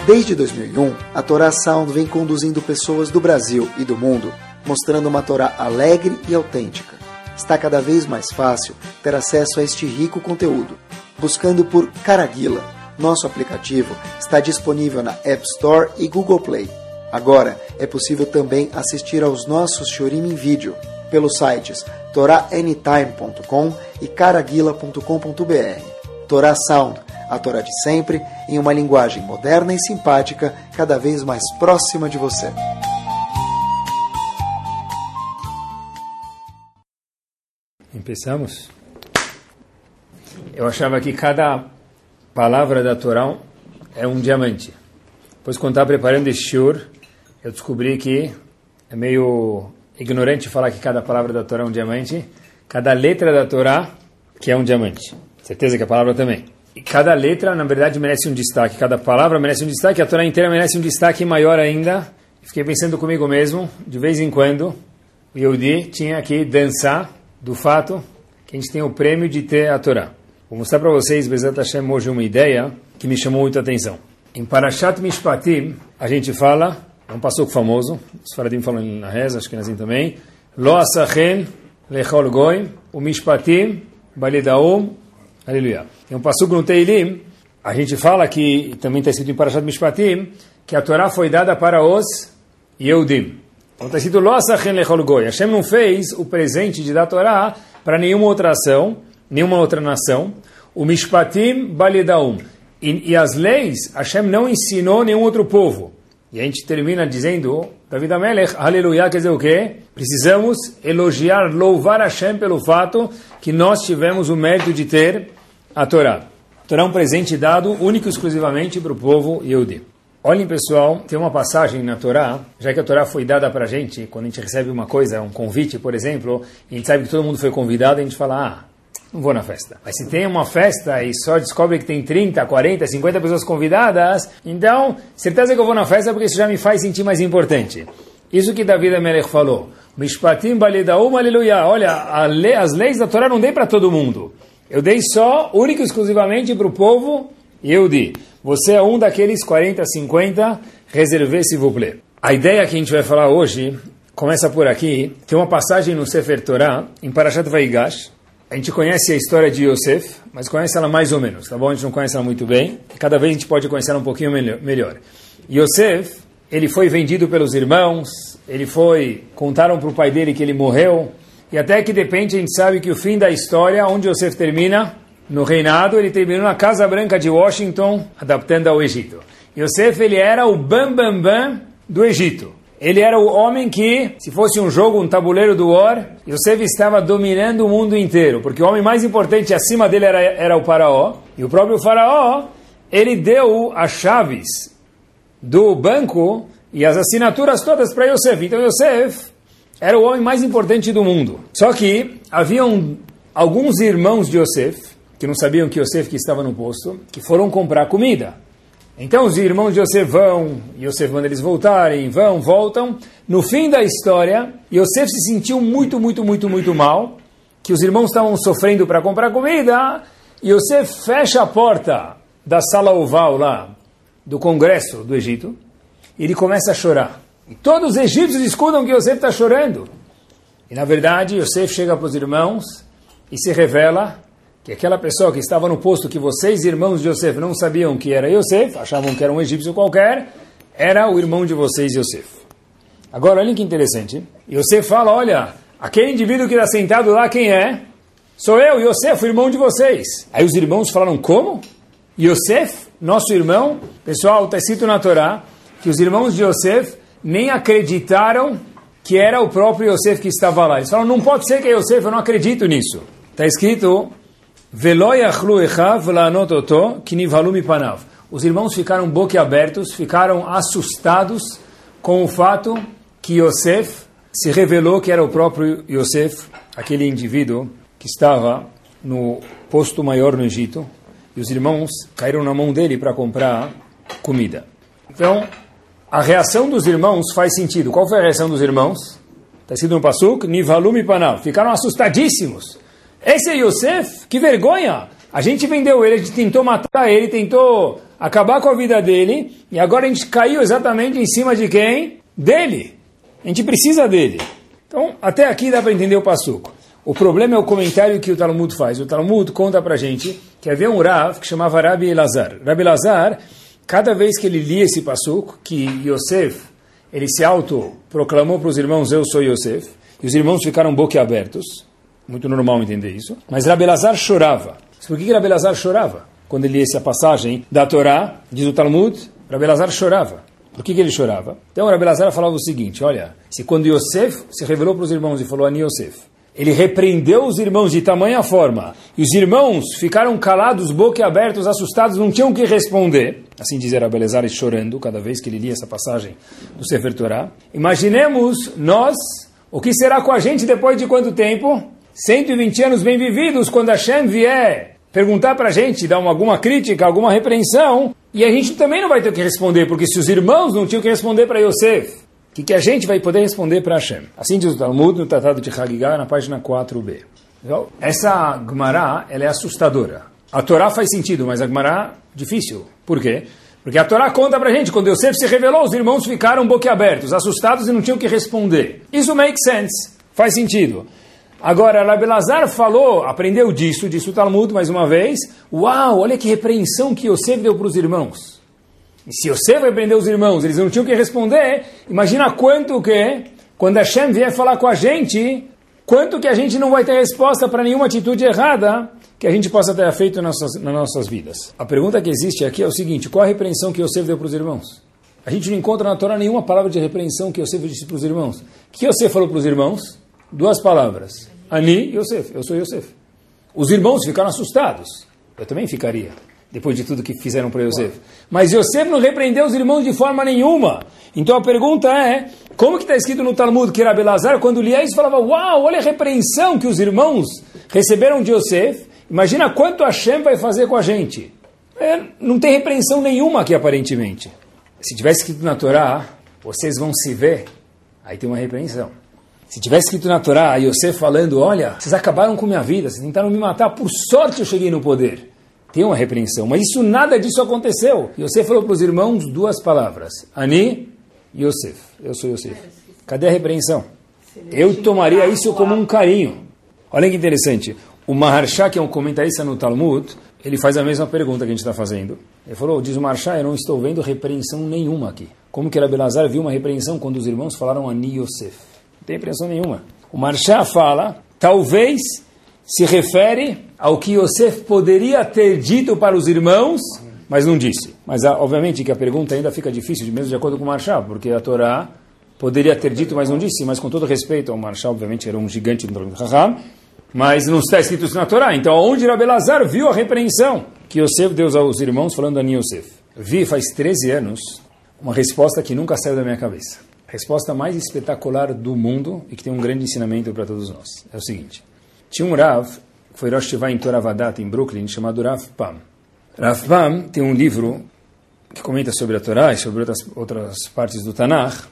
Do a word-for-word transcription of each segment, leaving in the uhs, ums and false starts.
Desde dois mil e um, a Torá Sound vem conduzindo pessoas do Brasil e do mundo, mostrando uma Torá alegre e autêntica. Está cada vez mais fácil ter acesso a este rico conteúdo. Buscando por Caraguila, nosso aplicativo está disponível na App Store e Google Play. Agora é possível também assistir aos nossos Shurim em vídeo pelos sites torá anytime ponto com e caraguila ponto com ponto b r. Torá Sound, a Torá de sempre, em uma linguagem moderna e simpática, cada vez mais próxima de você. Começamos? Eu achava que cada palavra da Torá é um diamante. Depois, quando estava preparando esse shiur, eu descobri que é meio ignorante falar que cada palavra da Torá é um diamante. Cada letra da Torá que é um diamante. Certeza que a palavra também. E cada letra, na verdade, merece um destaque. Cada palavra merece um destaque. A Torá inteira merece um destaque maior ainda. Fiquei pensando comigo mesmo, de vez em quando, o Yehudi tinha que dançar do fato que a gente tem o prêmio de ter a Torá. Vou mostrar para vocês, Bezat Hashem, hoje uma ideia que me chamou muita atenção. Em Parashat Mishpatim, a gente fala, é um passuco famoso, os faradim falam na reza, acho que assim também, Lo asachen lechol goy, o Mishpatim balidaum, aleluia. Tem um passuco no Teilim, a gente fala que, também está escrito em Parashat Mishpatim, que a Torá foi dada para os Yehudim. Então está escrito Lo asachen lechol goy. Hashem não fez o presente de dar a Torá para nenhuma outra ação, nenhuma outra nação. O Mishpatim balidaum. E, e as leis, Hashem não ensinou nenhum outro povo. E a gente termina dizendo, David Amelech, aleluia, quer dizer o quê? Precisamos elogiar, louvar Hashem pelo fato que nós tivemos o mérito de ter a Torá. A Torá é um presente dado único e exclusivamente para o povo Yehudi. Olhem, pessoal, tem uma passagem na Torá, já que a Torá foi dada para a gente, quando a gente recebe uma coisa, um convite, por exemplo, e a gente sabe que todo mundo foi convidado, a gente fala, ah, não vou na festa. Mas se tem uma festa e só descobre que tem trinta, quarenta, cinquenta pessoas convidadas, então, certeza que eu vou na festa porque isso já me faz sentir mais importante. Isso que David Amelech falou. Mishpatim balidaum, aleluia. Olha, lei, as leis da Torá não dei para todo mundo. Eu dei só, único e exclusivamente para o povo Yehudi. Você é um daqueles quarenta, cinquenta, reservé s'il vous plaît. A ideia que a gente vai falar hoje começa por aqui. Tem uma passagem no Sefer Torá, em Parashat Vaigash. A gente conhece a história de Yosef, mas conhece ela mais ou menos, tá bom? A gente não conhece ela muito bem. E cada vez a gente pode conhecer ela um pouquinho melhor. Yosef, ele foi vendido pelos irmãos, ele foi... Contaram para o pai dele que ele morreu. E até que de repente a gente sabe que o fim da história, onde Yosef termina... No reinado, ele terminou na Casa Branca de Washington, adaptando ao Egito. Yosef, ele era o bam, bam, bam do Egito. Ele era o homem que, se fosse um jogo, um tabuleiro do War, Yosef estava dominando o mundo inteiro, porque o homem mais importante acima dele era, era o faraó, e o próprio faraó, ele deu as chaves do banco e as assinaturas todas para Yosef. Então Yosef era o homem mais importante do mundo. Só que haviam alguns irmãos de Yosef, que não sabiam que Yosef que estava no posto, que foram comprar comida. Então os irmãos de Yosef vão, Yosef manda eles voltarem, vão, voltam. No fim da história, Yosef se sentiu muito, muito, muito, muito mal, que os irmãos estavam sofrendo para comprar comida, e Yosef fecha a porta da sala oval lá, do Congresso do Egito, e ele começa a chorar. E todos os egípcios escutam que Yosef está chorando. E na verdade, Yosef chega para os irmãos e se revela que aquela pessoa que estava no posto que vocês, irmãos de Yosef, não sabiam que era Yosef, achavam que era um egípcio qualquer, era o irmão de vocês, Yosef. Agora, olhem que interessante. Yosef fala, olha, aquele indivíduo que está sentado lá, quem é? Sou eu, Yosef, o irmão de vocês. Aí os irmãos falaram, como? Yosef, nosso irmão? Pessoal, está escrito na Torá que os irmãos de Yosef nem acreditaram que era o próprio Yosef que estava lá. Eles falaram, não pode ser que é Yosef, eu não acredito nisso. Está escrito... Os irmãos ficaram boquiabertos, ficaram assustados com o fato que Yosef se revelou que era o próprio Yosef, aquele indivíduo que estava no posto maior no Egito, e os irmãos caíram na mão dele para comprar comida. Então, a reação dos irmãos faz sentido. Qual foi a reação dos irmãos? Está escrito no Pasuk, Nivalum e Panav. Ficaram assustadíssimos. Esse é Yosef? Que vergonha! A gente vendeu ele, a gente tentou matar ele, tentou acabar com a vida dele, e agora a gente caiu exatamente em cima de quem? Dele. A gente precisa dele. Então, até aqui dá para entender o passuco. O problema é o comentário que o Talmud faz. O Talmud conta para a gente que havia um Rav que chamava Rabi Elazar. Rabi Elazar, cada vez que ele lia esse passuco, que Yosef, ele se autoproclamou para os irmãos, eu sou Yosef, e os irmãos ficaram boquiabertos, muito normal entender isso, mas Rabi Elazar chorava. Por que Rabi Elazar chorava? Quando ele lia essa passagem da Torá, diz o Talmud, Rabi Elazar chorava. Por que, que ele chorava? Então Rabi Elazar falava o seguinte, olha, se quando Yosef se revelou para os irmãos e falou, Ani Yosef, ele repreendeu os irmãos de tamanha forma, e os irmãos ficaram calados, boquiabertos, assustados, não tinham o que responder. Assim diz Rabi Elazar chorando, cada vez que ele lia essa passagem do Sefer Torá. Imaginemos nós, o que será com a gente depois de quanto tempo? cento e vinte anos bem vividos, quando Hashem vier perguntar para a gente, dar uma, alguma crítica, alguma repreensão, e a gente também não vai ter o que responder, porque se os irmãos não tinham o que responder para Yosef, o que, que a gente vai poder responder para Hashem? Assim diz o Talmud, no Tratado de Hagigah, na página quatro b. Então, essa Gemara, ela é assustadora. A Torá faz sentido, mas a Gemara, difícil. Por quê? Porque a Torá conta para a gente, quando Yosef se revelou, os irmãos ficaram boquiabertos, assustados e não tinham o que responder. Isso make sense, faz sentido. Agora, Rabi Elazar falou, aprendeu disso, disse o Talmud, mais uma vez, uau, olha que repreensão que Yosef deu para os irmãos. E se Yosef repreendeu os irmãos, eles não tinham o que responder, imagina quanto que, quando Hashem vier falar com a gente, quanto que a gente não vai ter resposta para nenhuma atitude errada que a gente possa ter feito nas nossas, nas nossas vidas. A pergunta que existe aqui é o seguinte, qual a repreensão que Yosef deu para os irmãos? A gente não encontra na Torá nenhuma palavra de repreensão que Yosef disse para os irmãos. O que Yosef falou para os irmãos? Duas palavras. Ani Yosef, eu sou Yosef. Os irmãos ficaram assustados. Eu também ficaria, depois de tudo que fizeram para Yosef. Mas Yosef não repreendeu os irmãos de forma nenhuma. Então a pergunta é, como que está escrito no Talmud que Rabi Elazar, quando lia isso, falava, uau, olha a repreensão que os irmãos receberam de Yosef. Imagina quanto Hashem vai fazer com a gente. É, não tem repreensão nenhuma aqui, aparentemente. Se tivesse escrito na Torá, vocês vão se ver, aí tem uma repreensão. Se tivesse escrito na Torá, Yosef falando, olha, vocês acabaram com minha vida, vocês tentaram me matar, por sorte eu cheguei no poder. Tem uma repreensão, mas isso, nada disso aconteceu. Yosef falou para os irmãos duas palavras, Ani Yosef, eu sou Yosef. Cadê a repreensão? Eu tomaria isso como um carinho. Olha que interessante, o Maharsha, que é um comentarista no Talmud, ele faz a mesma pergunta que a gente está fazendo. Ele falou, diz o Maharsha, eu não estou vendo repreensão nenhuma aqui. Como que Rabi Elazar viu uma repreensão quando os irmãos falaram Ani Yosef? Não tem impressão nenhuma. O Maharsha fala, talvez se refere ao que Yosef poderia ter dito para os irmãos, mas não disse. Mas, obviamente, que a pergunta ainda fica difícil, mesmo de acordo com o Maharsha, porque a Torá poderia ter dito, mas não disse. Mas, com todo respeito ao Maharsha, obviamente, era um gigante no Raham, mas não está escrito isso na Torá. Então, onde Rabi Elazar viu a repreensão que Yosef deu aos irmãos, falando Ani Yosef? Vi, faz treze anos, uma resposta que nunca saiu da minha cabeça. Resposta mais espetacular do mundo e que tem um grande ensinamento para todos nós. É o seguinte. Tinha um Rav, que foi Rosh Yeshiva em Torah Vadat, em Brooklyn, chamado Rav Pam. Rav Pam tem um livro que comenta sobre a Torá e sobre outras, outras partes do Tanakh.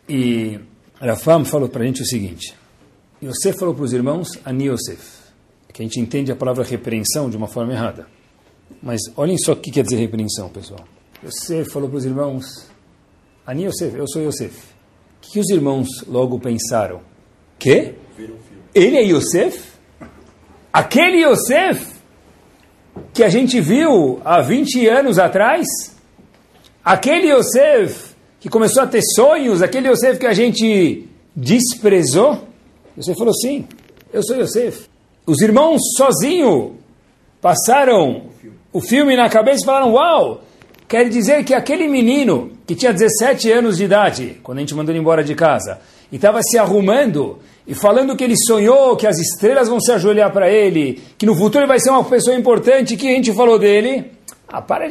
E Rav Pam falou para a gente o seguinte. Yosef falou para os irmãos, Ani Yosef. Que a gente entende a palavra repreensão de uma forma errada. Mas olhem só o que quer dizer repreensão, pessoal. Yosef falou para os irmãos, Ani Yosef, eu sou Yosef. O que os irmãos logo pensaram? Quê? Ele é Yosef? Aquele Yosef que a gente viu há vinte anos atrás? Aquele Yosef que começou a ter sonhos? Aquele Yosef que a gente desprezou? Yosef falou, sim, eu sou Yosef. Os irmãos sozinhos passaram o filme na cabeça e falaram, uau! Quer dizer que aquele menino que tinha dezessete anos de idade, quando a gente mandou ele embora de casa, e estava se arrumando e falando que ele sonhou, que as estrelas vão se ajoelhar para ele, que no futuro ele vai ser uma pessoa importante, que a gente falou dele. Ah, para de,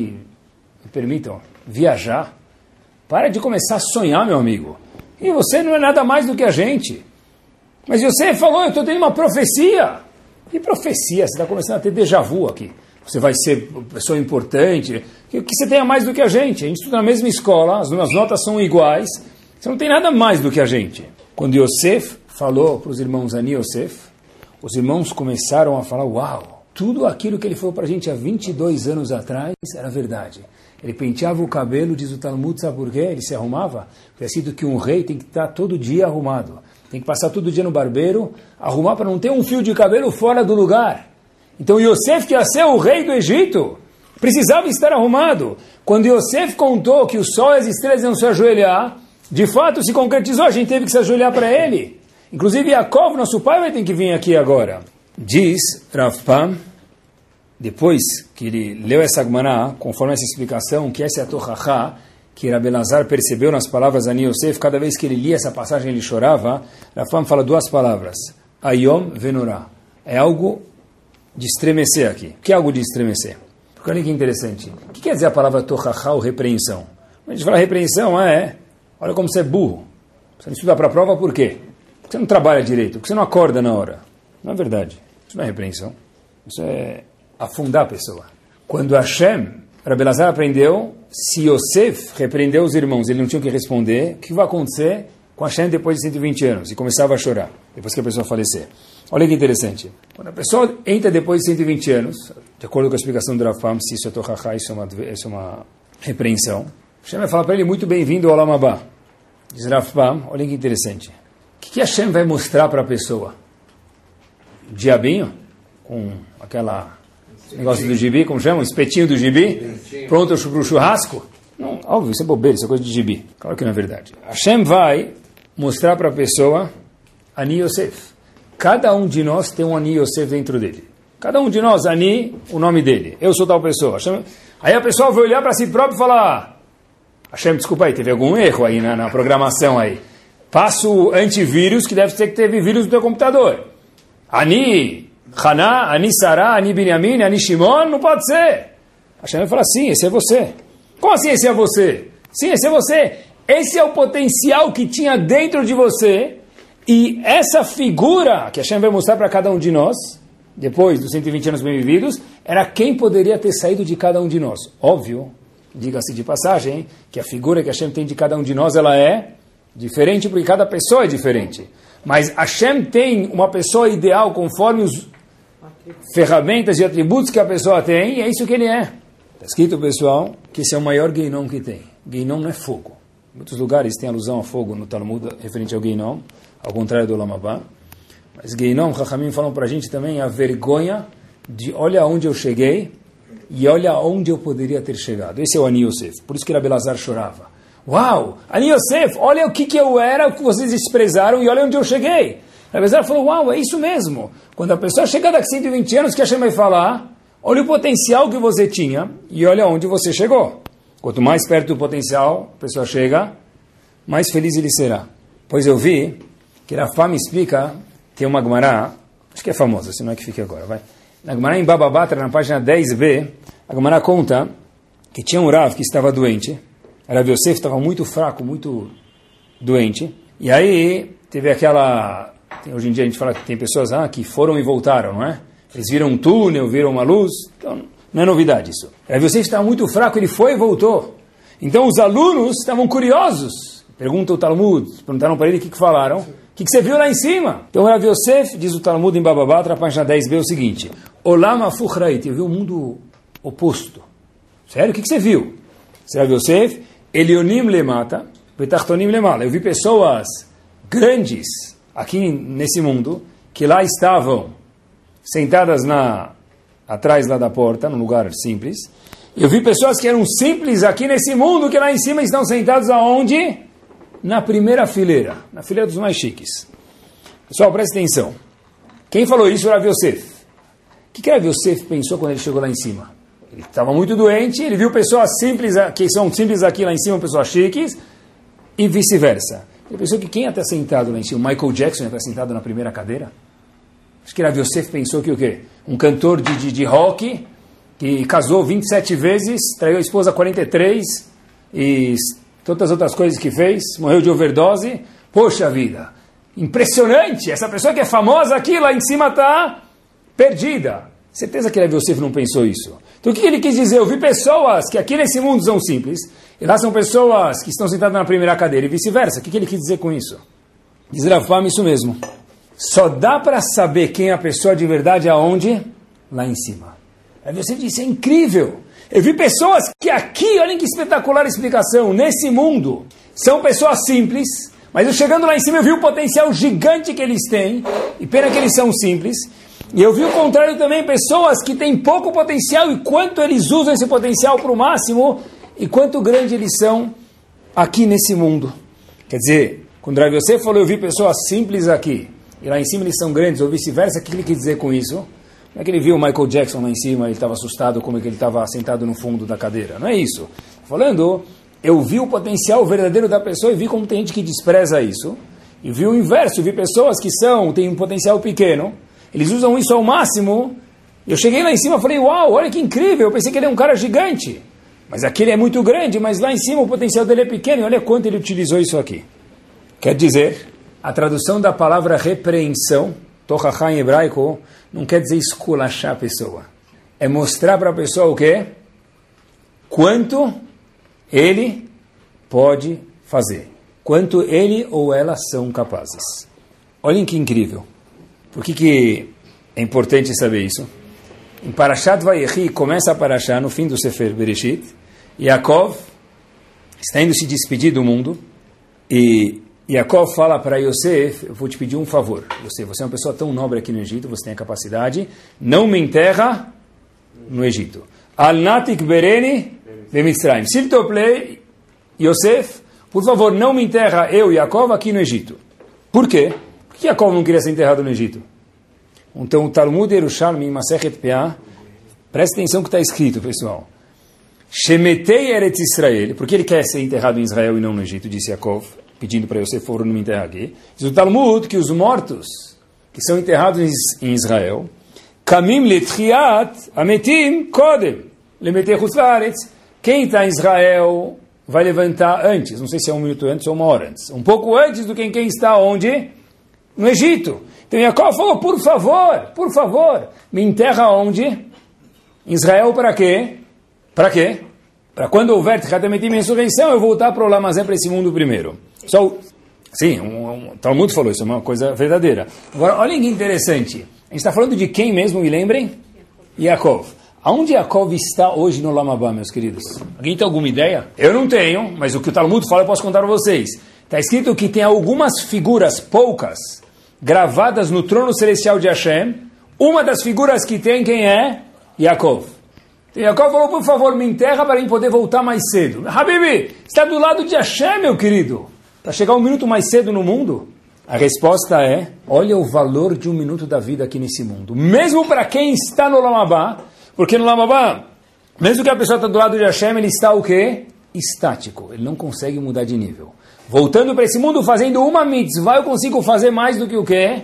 me permitam, viajar. Para de começar a sonhar, meu amigo. E você não é nada mais do que a gente. Mas você falou, eu estou tendo uma profecia. Que profecia? Você está começando a ter déjà vu aqui. Você vai ser uma pessoa importante, que, que você tenha mais do que a gente. A gente estuda na mesma escola, as notas são iguais, você não tem nada mais do que a gente. Quando Yosef falou para os irmãos Ani Yosef, os irmãos começaram a falar, uau, tudo aquilo que ele falou para a gente há vinte e dois anos atrás era verdade. Ele penteava o cabelo, diz o Talmud, sabe por quê? Ele se arrumava. Foi assim que um rei tem que estar todo dia arrumado. Tem que passar todo dia no barbeiro, arrumar para não ter um fio de cabelo fora do lugar. Então Yosef, que ia ser o rei do Egito, precisava estar arrumado. Quando Yosef contou que o sol e as estrelas iam se ajoelhar, de fato se concretizou, a gente teve que se ajoelhar para ele. Inclusive Yaakov, nosso pai, vai ter que vir aqui agora. Diz Rav Pam, depois que ele leu essa Gemara, conforme essa explicação, que essa é a Tochachá, que Rabi Elazar percebeu nas palavras Ani Yosef, cada vez que ele lia essa passagem ele chorava, Rav Pam fala duas palavras, Ayom Venorá, é algo de estremecer aqui. O que é algo de estremecer? Porque olha que interessante, o que quer dizer a palavra Tochachá ou repreensão? Quando a gente fala repreensão, é, olha como você é burro, você não estuda para a prova, por quê? Porque você não trabalha direito, porque você não acorda na hora. Não é verdade, isso não é repreensão, isso é afundar a pessoa. Quando Hashem, Rabi Elazar aprendeu, se Yosef repreendeu os irmãos, ele não tinha que responder, o que vai acontecer com Hashem depois de cento e vinte anos? E começava a chorar, depois que a pessoa falecer. Olha que interessante. Quando a pessoa entra depois de cento e vinte anos, de acordo com a explicação do Rav Pam, se isso é Tochachá, isso é uma, isso é uma repreensão, Hashem vai falar para ele, muito bem-vindo ao Olam Abá. Diz Rav Pam, olha que interessante. O que, que Hashem vai mostrar para a pessoa? Diabinho? Com aquela... negócio do gibi, como chama? Espetinho do gibi? Pronto para o churrasco? Não, óbvio, isso é bobeira, isso é coisa de gibi. Claro que não é verdade. Hashem vai mostrar para a pessoa Ani Yosef. Cada um de nós tem um Ani Yosef dentro dele. Cada um de nós, Ani, o nome dele. Eu sou tal pessoa. Hashem... Aí a pessoa vai olhar para si próprio e falar, Hashem, desculpa aí, teve algum erro aí na, na programação aí. Passa o antivírus, que deve ser que teve vírus no teu computador. Ani... Haná, Ani Sará, Ani Binyamin, Ani Shimon, não pode ser. Hashem vai falar, sim, esse é você. Como assim esse é você? Sim, esse é você. Esse é o potencial que tinha dentro de você. E essa figura que Hashem vai mostrar para cada um de nós, depois dos cento e vinte anos bem vividos, era quem poderia ter saído de cada um de nós. Óbvio, diga-se de passagem, que a figura que Hashem tem de cada um de nós, ela é diferente porque cada pessoa é diferente. Mas Hashem tem uma pessoa ideal conforme os ferramentas e atributos que a pessoa tem, e é isso que ele é. Está escrito, pessoal, que esse é o maior Geinom que tem. Geinom não é fogo. Em muitos lugares tem alusão a fogo no Talmud, referente ao Geinom, ao contrário do Olam Abá. Mas Geinom, Chachamim falam para a gente também a vergonha de olha onde eu cheguei e olha onde eu poderia ter chegado. Esse é o Ani Yosef. Por isso que Rabi Elazar chorava. Uau, Ani Yosef, olha o que, que eu era, o que vocês desprezaram e olha onde eu cheguei. Rabi Elazar falou, uau, é isso mesmo. Quando a pessoa chega daqui cento e vinte anos, que a Hashem vai falar, olha o potencial que você tinha e olha onde você chegou. Quanto mais perto do potencial a pessoa chega, mais feliz ele será. Pois eu vi que Rav Pam explica, tem uma Gemara, acho que é famosa, se não é que fique agora, vai. Na Gemara em Baba Batra, na página dez b, a Gemara conta que tinha um Rav que estava doente, Rav Yosef estava muito fraco, muito doente, e aí teve aquela... Hoje em dia a gente fala que tem pessoas ah, que foram e voltaram, não é? Eles viram um túnel, viram uma luz, então não é novidade isso. Rav Yosef estava muito fraco, ele foi e voltou. Então os alunos estavam curiosos, perguntam o Talmud, perguntaram para ele o que, que falaram, o que, que você viu lá em cima? Então Rav Yosef, diz o Talmud em Baba Batra, página dez b, o seguinte, Olam Afuch Ra'it, eu vi um mundo oposto. Sério? O que, que você viu? Rav Yosef, Elionim Lemata, Betachtonim Lemala, eu vi pessoas grandes aqui nesse mundo, que lá estavam sentadas na, atrás lá da porta, num lugar simples. Eu vi pessoas que eram simples aqui nesse mundo, que lá em cima estão sentados aonde? Na primeira fileira, na fileira dos mais chiques. Pessoal, presta atenção. Quem falou isso era Rav Yosef. O que, que Rav Yosef pensou quando ele chegou lá em cima? Ele estava muito doente, ele viu pessoas simples, que são simples aqui lá em cima, pessoas chiques, e vice-versa. Ele pensou que quem ia estar sentado lá em cima? O Michael Jackson ia estar sentado na primeira cadeira? Acho que Rav Yosef pensou que o quê? Um cantor de, de, de rock que casou vinte e sete vezes, traiu a esposa quarenta e três e todas as outras coisas que fez, morreu de overdose. Poxa vida, impressionante! Essa pessoa que é famosa aqui, lá em cima está perdida. Certeza que Rav Yosef não pensou isso. Então o que ele quis dizer? Eu vi pessoas que aqui nesse mundo são simples, e lá são pessoas que estão sentadas na primeira cadeira, e vice-versa. O que ele quis dizer com isso? Diz Rav Pam isso mesmo. Só dá para saber quem é a pessoa de verdade aonde? lá em cima. Aí você disse, é incrível. Eu vi pessoas que aqui, olhem que espetacular explicação, nesse mundo, são pessoas simples, mas eu chegando lá em cima eu vi o potencial gigante que eles têm, e pena que eles são simples, e eu vi o contrário também, pessoas que têm pouco potencial, e quanto eles usam esse potencial para o máximo, e quanto grande eles são aqui nesse mundo. Quer dizer, quando Rav Yosef falou, eu vi pessoas simples aqui, e lá em cima eles são grandes, ou vice-versa, o que ele quer dizer com isso? Não é que ele viu o Michael Jackson lá em cima, ele estava assustado como é que ele estava sentado no fundo da cadeira. Não é isso. Falando, eu vi o potencial verdadeiro da pessoa e vi como tem gente que despreza isso. E vi o inverso, vi pessoas que são, têm um potencial pequeno, eles usam isso ao máximo. Eu cheguei lá em cima e falei, uau, olha que incrível, eu pensei que ele é um cara gigante. Mas aquele é muito grande, mas lá em cima o potencial dele é pequeno, e olha quanto ele utilizou isso aqui. Quer dizer, a tradução da palavra repreensão, Tochachá em hebraico, não quer dizer esculachar a pessoa. É mostrar para a pessoa o quê? Quanto ele pode fazer. Quanto ele ou ela são capazes. Olhem que incrível. Por que, que é importante saber isso? Em Parashat Vayechi, começa a Parashá no fim do Sefer Bereshit. Yaakov está indo se despedir do mundo. E Yaakov fala para Yosef, eu vou te pedir um favor. Yosef, você é uma pessoa tão nobre aqui no Egito, você tem a capacidade, não me enterra no Egito. Al natik bereni bemitzrayim. S'il te plaît, Yosef, por favor, não me enterra eu, Yaakov, aqui no Egito. Por quê? Por que Yaakov não queria ser enterrado no Egito? Então, o Talmud Yerushalmi, Masechet Peah, presta atenção que está escrito, pessoal. Shemetei Eretz Israel, porque ele quer ser enterrado em Israel e não no Egito, disse Yaakov, pedindo para Yosef, for não me enterrar aqui. Diz o Talmud que os mortos que são enterrados em Israel, Kamim letriat ametim kodem lemetei chutz laaretz. Quem está em Israel vai levantar antes, não sei se é um minuto antes ou uma hora antes, um pouco antes do que quem está onde? No Egito. Então Yaakov falou, por favor, por favor, me enterra onde? Em Israel para quê? Para quê? Para quando houver Tchatametim em ressurreição, eu voltar para o Lamazé, para esse mundo primeiro. Só, sim, um, um, Talmud falou, isso é uma coisa verdadeira. Agora, olhem que interessante. A gente está falando de quem mesmo, me lembrem? Yaakov. Aonde Yaakov está hoje no Lamabá, meus queridos? Alguém tem alguma ideia? Eu não tenho, mas o que o Talmud fala eu posso contar para vocês. Está escrito que tem algumas figuras, poucas, gravadas no trono celestial de Hashem. Uma das figuras que tem, quem é? Yaakov. E Yaakov falou, por favor, me enterra para eu poder voltar mais cedo. Habibi, está do lado de Hashem, meu querido. Para chegar um minuto mais cedo no mundo? A resposta é, olha o valor de um minuto da vida aqui nesse mundo. Mesmo para quem está no Lamabá, porque no Lamabá, mesmo que a pessoa está do lado de Hashem, ele está o quê? Estático. Ele não consegue mudar de nível. Voltando para esse mundo, fazendo uma mitzvah, eu consigo fazer mais do que o quê?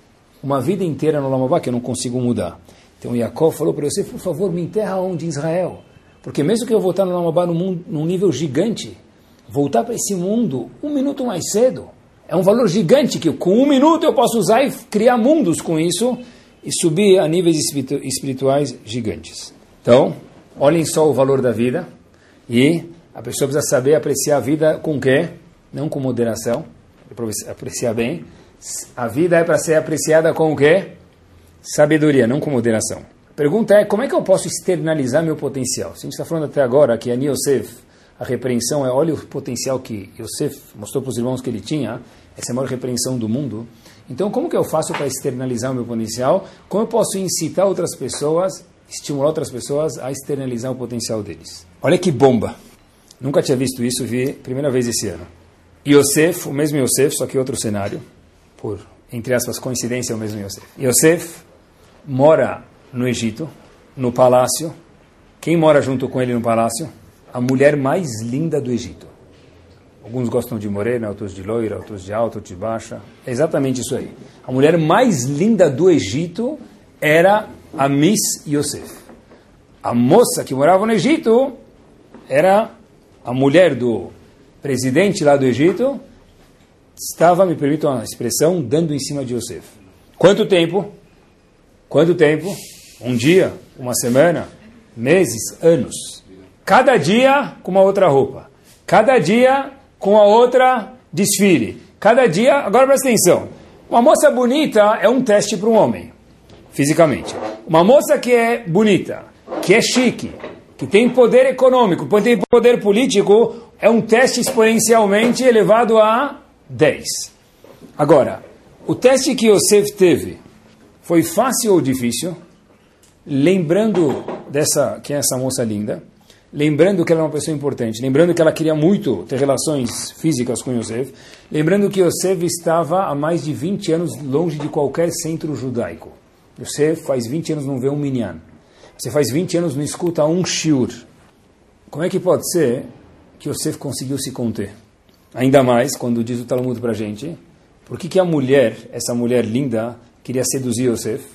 Uma vida inteira no Lamabá que eu não consigo mudar. Então Yaakov falou para você, por favor, me enterra onde? Em Israel. Porque mesmo que eu voltar no Lamabá num, mundo, num nível gigante, voltar para esse mundo um minuto mais cedo, é um valor gigante que com um minuto eu posso usar e criar mundos com isso e subir a níveis espiritu- espirituais gigantes. Então, olhem só o valor da vida e a pessoa precisa saber apreciar a vida com o quê? Não com moderação, apreciar bem. A vida é para ser apreciada com o quê? Sabedoria, não com moderação. A pergunta é, como é que eu posso externalizar meu potencial? Se a gente está falando até agora que a Yosef, a repreensão é, olha o potencial que Yosef mostrou para os irmãos que ele tinha, essa é a maior repreensão do mundo. Então, como que eu faço para externalizar o meu potencial? Como eu posso incitar outras pessoas, estimular outras pessoas a externalizar o potencial deles? Olha que bomba! Nunca tinha visto isso, vi primeira vez esse ano. Yosef, o mesmo Yosef, só que outro cenário, por, entre aspas, coincidência, é o mesmo Yosef. Yosef mora no Egito, no palácio. Quem mora junto com ele no palácio? A mulher mais linda do Egito. Alguns gostam de morena, outros de loira, outros de alta, outros de baixa. É exatamente isso aí. A mulher mais linda do Egito era a Miss Yosef. A moça que morava no Egito era a mulher do presidente lá do Egito. Estava, me permitam a expressão, dando em cima de Yosef. Quanto tempo? Quanto tempo? Um dia? Uma semana? Meses? Anos? Cada dia com uma outra roupa. Cada dia com a outra desfile. Cada dia... Agora presta atenção. Uma moça bonita é um teste para um homem. fisicamente. Uma moça que é bonita, que é chique, que tem poder econômico, que tem poder político, é um teste exponencialmente elevado a dez. Agora, o teste que Yosef teve foi fácil ou difícil? Lembrando dessa, que é essa moça linda, lembrando que ela é uma pessoa importante, lembrando que ela queria muito ter relações físicas com Yosef, lembrando que Yosef estava há mais de vinte anos longe de qualquer centro judaico. Yosef faz vinte anos não vê um minyan. Você faz vinte anos não escuta um shiur. Como é que pode ser que Yosef conseguiu se conter? Ainda mais quando diz o Talmud para a gente, por que que a mulher, essa mulher linda, queria seduzir Yosef?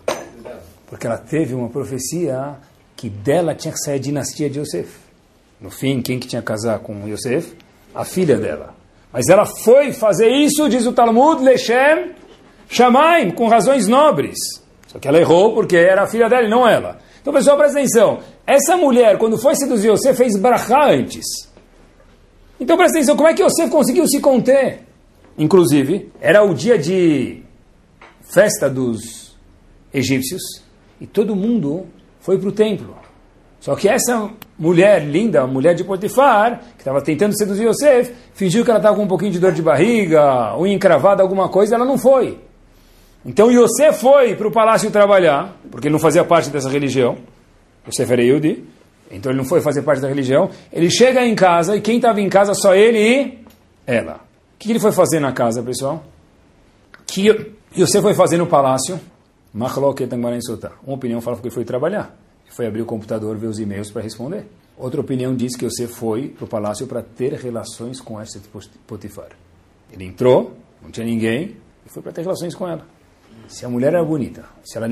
Porque ela teve uma profecia que dela tinha que sair a dinastia de Yosef. No fim, quem que tinha que casar com Yosef? A filha dela. Mas ela foi fazer isso, diz o Talmud, Leshem Shamaim, com razões nobres. Só que ela errou porque era a filha dela e não ela. Então, pessoal, presta atenção. Essa mulher, quando foi seduzir Yosef, fez brachá antes. Então, presta atenção, como é que Yosef conseguiu se conter? Inclusive, era o dia de festa dos egípcios e todo mundo foi para o templo. Só que essa mulher linda, a mulher de Potifar, que estava tentando seduzir Yosef, fingiu que ela estava com um pouquinho de dor de barriga, unha encravada, alguma coisa, ela não foi. Então Yosef foi para o palácio trabalhar, porque ele não fazia parte dessa religião. Yosef era Yehudi, então ele não foi fazer parte da religião. Ele chega em casa, e quem estava em casa? Só ele e ela. O que ele foi fazer na casa, pessoal? Que Yosef foi fazer no palácio? Uma opinião fala que ele foi trabalhar. Ele foi abrir o computador, ver os e-mails para responder. Outra opinião diz que Yosef foi para o palácio para ter relações com essa Potifar. Ele entrou, não tinha ninguém, e foi para ter relações com ela. Se a mulher era bonita, se ela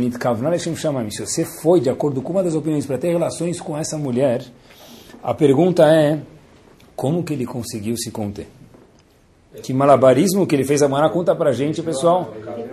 se você foi, de acordo com uma das opiniões, para ter relações com essa mulher, a pergunta é, como que ele conseguiu se conter? Que malabarismo que ele fez? A Mara conta pra gente, pessoal.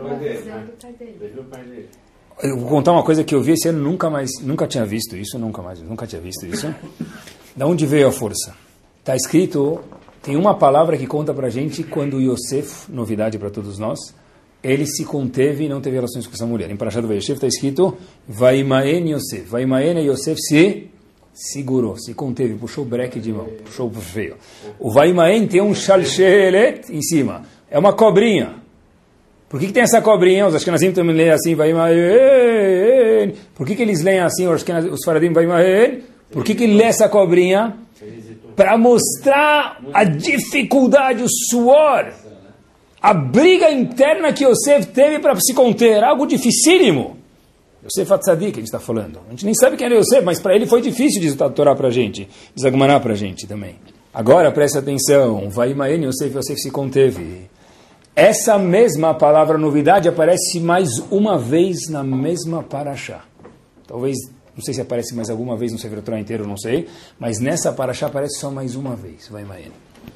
Eu vou contar uma coisa que eu vi esse ano, nunca mais, nunca tinha visto isso, nunca mais, nunca tinha visto isso. Da onde veio a força? Está escrito, tem uma palavra que conta pra gente quando Yosef, novidade para todos nós, ele se conteve e não teve relações com essa mulher. Em Parashat Vayeshev está escrito, Vaimaen Yosef. Vaimaen Yosef se segurou, se conteve, puxou o breque de mão, puxou o feio. O Vaimaen tem um shalshelet em cima. É uma cobrinha. Por que, que tem essa cobrinha? Os Ashkenazim também leem assim, Vaimaen. Por que, que eles leem assim, os, os Faradim, Vaimaen? Por que, que ele lê essa cobrinha? Para mostrar a dificuldade, o suor, a briga interna que Yosef teve para se conter, algo dificílimo. Yosef Hatzadik, que a gente está falando. A gente nem sabe quem era Yosef, mas para ele foi difícil diz a Torá para a gente, diz a Gemara para a gente também. Agora, presta atenção, Vaimaen Yosef, Yosef se conteve. Essa mesma palavra novidade aparece mais uma vez na mesma Parashá. Talvez, não sei se aparece mais alguma vez no Sefer Torah inteiro, não sei, mas nessa Parashá aparece só mais uma vez, Vaimaen.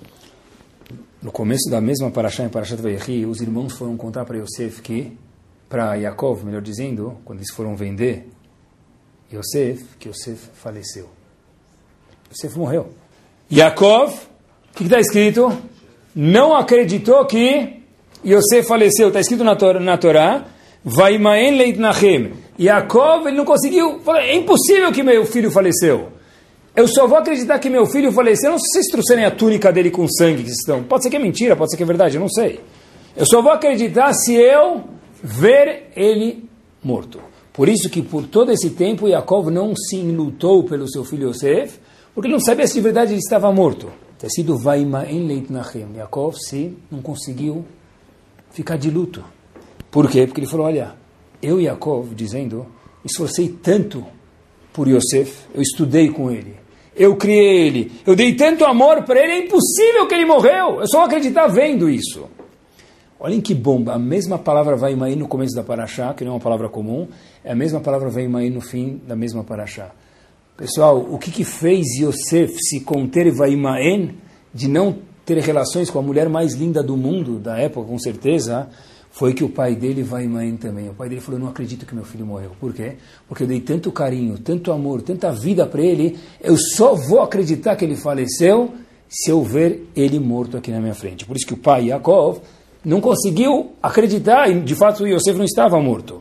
No começo da mesma Parashá, em Parashat Vayechi, os irmãos foram contar para Yosef que, para Yaakov, melhor dizendo, quando eles foram vender, Yosef, que Yosef faleceu. Yosef morreu. Yaakov, o que está escrito? Não acreditou que Yosef faleceu. Está escrito na, Tor- na Torá, Vaimaen leitnachem. Yaakov, ele não conseguiu, falou, é impossível que meu filho faleceu. Eu só vou acreditar que meu filho faleceu. Não sei se vocês trouxerem a túnica dele com sangue que estão. Pode ser que é mentira, pode ser que é verdade, eu não sei. Eu só vou acreditar se eu ver ele morto. Por isso que por todo esse tempo Yaakov não se enlutou pelo seu filho Yosef, porque ele não sabia se de verdade ele estava morto. Tem sido Vaimaen leitnachem. Yaakov se não conseguiu ficar de luto. Por quê? Porque ele falou, olha, eu Yaakov, dizendo, esforcei tanto por Yosef, eu estudei com ele, eu criei ele, eu dei tanto amor para ele, é impossível que ele morreu, eu só vou acreditar vendo isso. Olhem que bomba, a mesma palavra Vaimaen no começo da Parashá, que não é uma palavra comum, é a mesma palavra Vaimaen no fim da mesma Parashá. Pessoal, o que, que fez Yosef se conter Vaimaen de não ter relações com a mulher mais linda do mundo, da época, com certeza, foi que o pai dele, Vaimaen também. O pai dele falou, eu não acredito que meu filho morreu. Por quê? Porque eu dei tanto carinho, tanto amor, tanta vida para ele, eu só vou acreditar que ele faleceu se eu ver ele morto aqui na minha frente. Por isso que o pai, Yaakov, não conseguiu acreditar, e de fato Yosef não estava morto.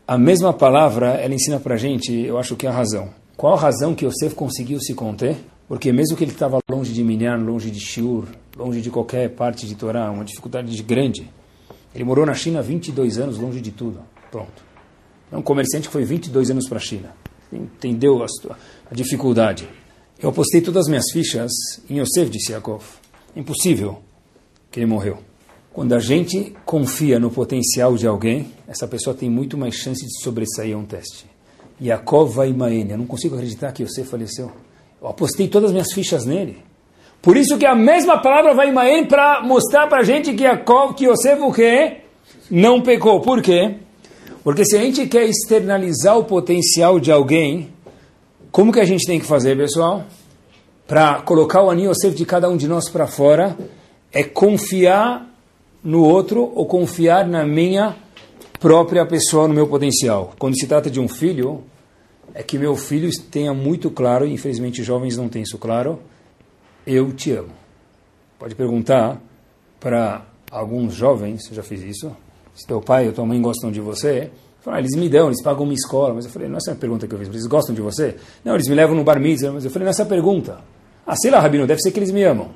a mesma palavra, ela ensina para a gente, eu acho que é a razão. Qual a razão que Yosef conseguiu se conter? Porque mesmo que ele estava longe de Minyan, longe de Shiur, longe de qualquer parte de Torá, uma dificuldade grande, ele morou na China vinte e dois anos, longe de tudo. Pronto. É um comerciante que foi vinte e dois anos para a China. Entendeu a, a dificuldade. Eu apostei todas as minhas fichas em Yosef, disse Yaakov. Impossível que ele morreu. Quando a gente confia no potencial de alguém, essa pessoa tem muito mais chance de sobressair a um teste. Yaakov vai Maene. Eu não consigo acreditar que Yosef faleceu. Eu apostei todas as minhas fichas nele. Por isso que a mesma palavra vai Maene para mostrar para a gente que Yaakov, que Yosef o quê? Não pecou. Por quê? Porque se a gente quer externalizar o potencial de alguém, como que a gente tem que fazer, pessoal? Para colocar o Ani Yosef de cada um de nós para fora, é confiar no outro ou confiar na minha própria pessoa, no meu potencial. Quando se trata de um filho, é que meu filho tenha muito claro, infelizmente jovens não têm isso claro, eu te amo. Pode perguntar para alguns jovens, eu já fiz isso, se teu pai ou tua mãe gostam de você, fala, ah, eles me dão, eles pagam uma escola, mas eu falei, não é essa a pergunta que eu fiz, eles gostam de você? Não, eles me levam no bar mitzvah, mas eu falei, não é essa a pergunta. Ah, sei lá, Rabino, deve ser que eles me amam.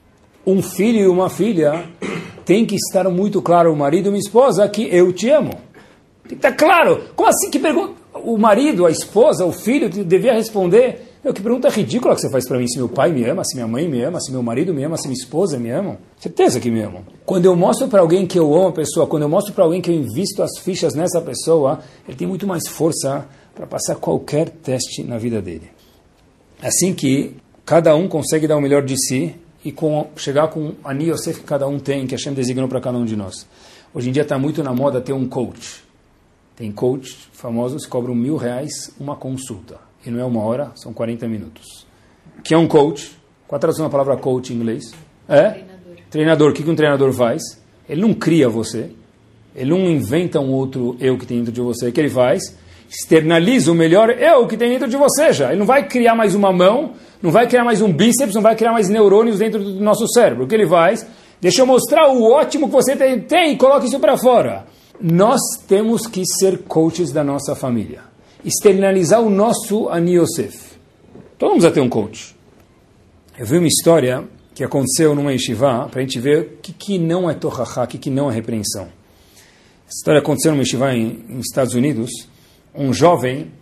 Um filho e uma filha tem que estar muito claro, o marido e uma esposa, que eu te amo. Tem que estar claro. Como assim? Que pergunta? O marido, a esposa, o filho devia responder. Meu, que pergunta ridícula que você faz para mim. Se meu pai me ama, se minha mãe me ama, se meu marido me ama, se minha esposa me ama. Certeza que me amam. Quando eu mostro para alguém que eu amo a pessoa, quando eu mostro para alguém que eu invisto as fichas nessa pessoa, ele tem muito mais força para passar qualquer teste na vida dele. Assim que cada um consegue dar o melhor de si e com, chegar com a Ani Yosef que cada um tem, que Hashem designou para cada um de nós. Hoje em dia está muito na moda ter um coach. Tem coach famosos que cobram mil reais uma consulta. E não é uma hora, são quarenta minutos. O que é um coach? Qual a tradução da palavra coach em inglês? É? Treinador. Treinador. O que um treinador faz? Ele não cria você. Ele não inventa um outro eu que tem dentro de você. O que ele faz? Externaliza o melhor eu que tem dentro de você já. Ele não vai criar mais uma mão, não vai criar mais um bíceps, não vai criar mais neurônios dentro do nosso cérebro. O que ele faz? Deixa eu mostrar o ótimo que você tem, tem e coloca isso para fora. Nós temos que ser coaches da nossa família. Externalizar o nosso Ani Yosef. Todo mundo precisa ter um coach. Eu vi uma história que aconteceu numa yeshiva, para a gente ver o que, que não é tochachá, o que, que não é repreensão. Essa história aconteceu numa yeshiva em, em Estados Unidos. Um jovem,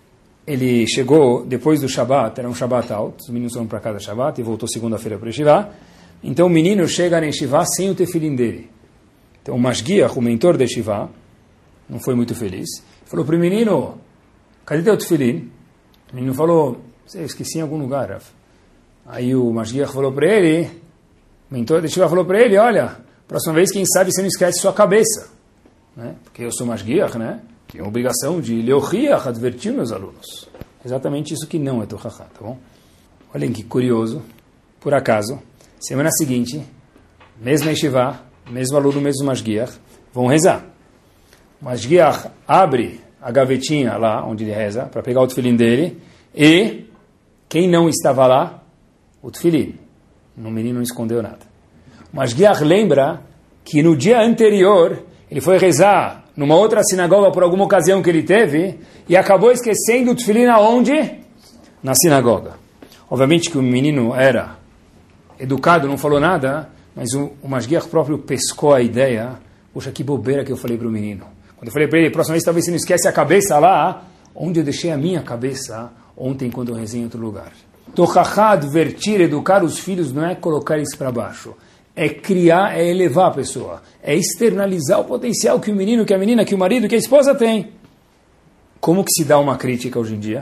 ele chegou depois do Shabat, era um Shabat alto, os meninos foram para casa Shabat e voltou segunda-feira para a yeshiva. Então o menino chega na yeshiva sem o tefilim dele. Então o Mashgiach, o mentor da yeshiva, não foi muito feliz. Falou para o menino, cadê teu tefilim? O menino falou, eu esqueci em algum lugar, Rav. Aí o Mashgiach falou para ele, o mentor da yeshiva falou para ele, olha, próxima vez, quem sabe você não esquece sua cabeça. Né? Porque eu sou Mashgiach, né? Tenho a obrigação de leochiach, advertir meus alunos. Exatamente isso que não é tochachá, tá bom? Olhem que curioso. Por acaso, semana seguinte, mesma yeshiva, mesmo aluno, mesmo Mashgiach, vão rezar. O Mashgiach abre a gavetinha lá, onde ele reza, para pegar o tefilim dele, e quem não estava lá? O tefilim. O menino não escondeu nada. O Mashgiach lembra que no dia anterior, ele foi rezar numa outra sinagoga por alguma ocasião que ele teve, e acabou esquecendo o tefilim aonde? Na sinagoga. Obviamente que o menino era educado, não falou nada, mas o, o Mashgiach próprio pescou a ideia, poxa, que bobeira que eu falei para o menino. Quando eu falei para ele, próxima vez talvez você não esquece a cabeça lá, onde eu deixei a minha cabeça ontem quando eu rezei em outro lugar. Tochachá, advertir, educar os filhos, não é colocar eles para baixo. É criar, é elevar a pessoa. É externalizar o potencial que o menino, que a menina, que o marido, que a esposa tem. Como que se dá uma crítica hoje em dia?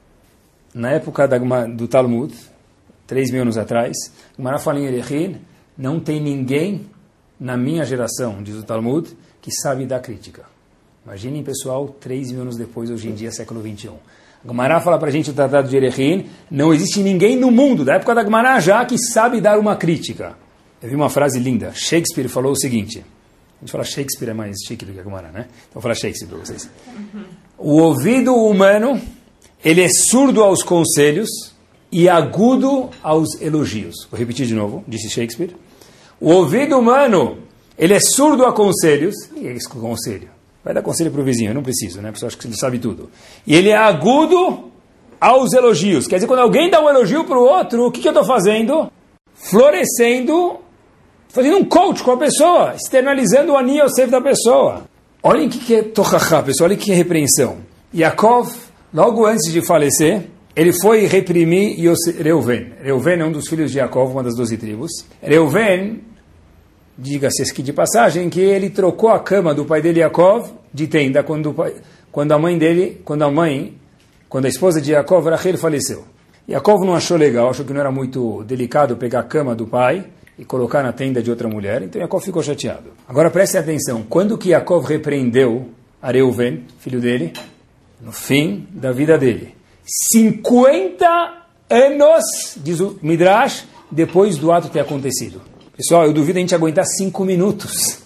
Na época da, do Talmud, três mil anos atrás, o Gemara fala em Erechim, não tem ninguém na minha geração, diz o Talmud, que sabe dar crítica. Imaginem, pessoal, três mil anos depois, hoje em dia, século vinte e um. A Gemara fala para a gente o Tratado de Erechim, não existe ninguém no mundo, da época da Gemara já, que sabe dar uma crítica. Eu vi uma frase linda. Shakespeare falou o seguinte. A gente fala Shakespeare é mais chique do que a Gemara, né? Então vou falar Shakespeare para vocês. O ouvido humano, ele é surdo aos conselhos e agudo aos elogios. Vou repetir de novo, disse Shakespeare. O ouvido humano, ele é surdo a conselhos. E é esse conselho? Vai dar conselho para o vizinho, eu não preciso, né? A pessoa acha que ele sabe tudo. E ele é agudo aos elogios. Quer dizer, quando alguém dá um elogio para o outro, o que, que eu estou fazendo? Florescendo, fazendo um coach com a pessoa, externalizando o Ani Yosef da pessoa. Olhem o que, que é tochachá, pessoal, olhem o que é repreensão. Yaakov, logo antes de falecer, ele foi reprimir Yosef, Reuven. Reuven é um dos filhos de Yaakov, uma das doze tribos. Reuven, diga-se aqui de passagem, que ele trocou a cama do pai dele, Yaakov, de tenda, quando, o pai, quando a mãe dele, quando a mãe, quando a esposa de Yaakov, Rachel, faleceu. Yaakov não achou legal, achou que não era muito delicado pegar a cama do pai e colocar na tenda de outra mulher, então Yaakov ficou chateado. Agora prestem atenção, quando que Yaakov repreendeu a Reuven, filho dele? No fim da vida dele. cinquenta anos, diz o Midrash, depois do ato ter acontecido. Pessoal, eu duvido a gente aguentar cinco minutos.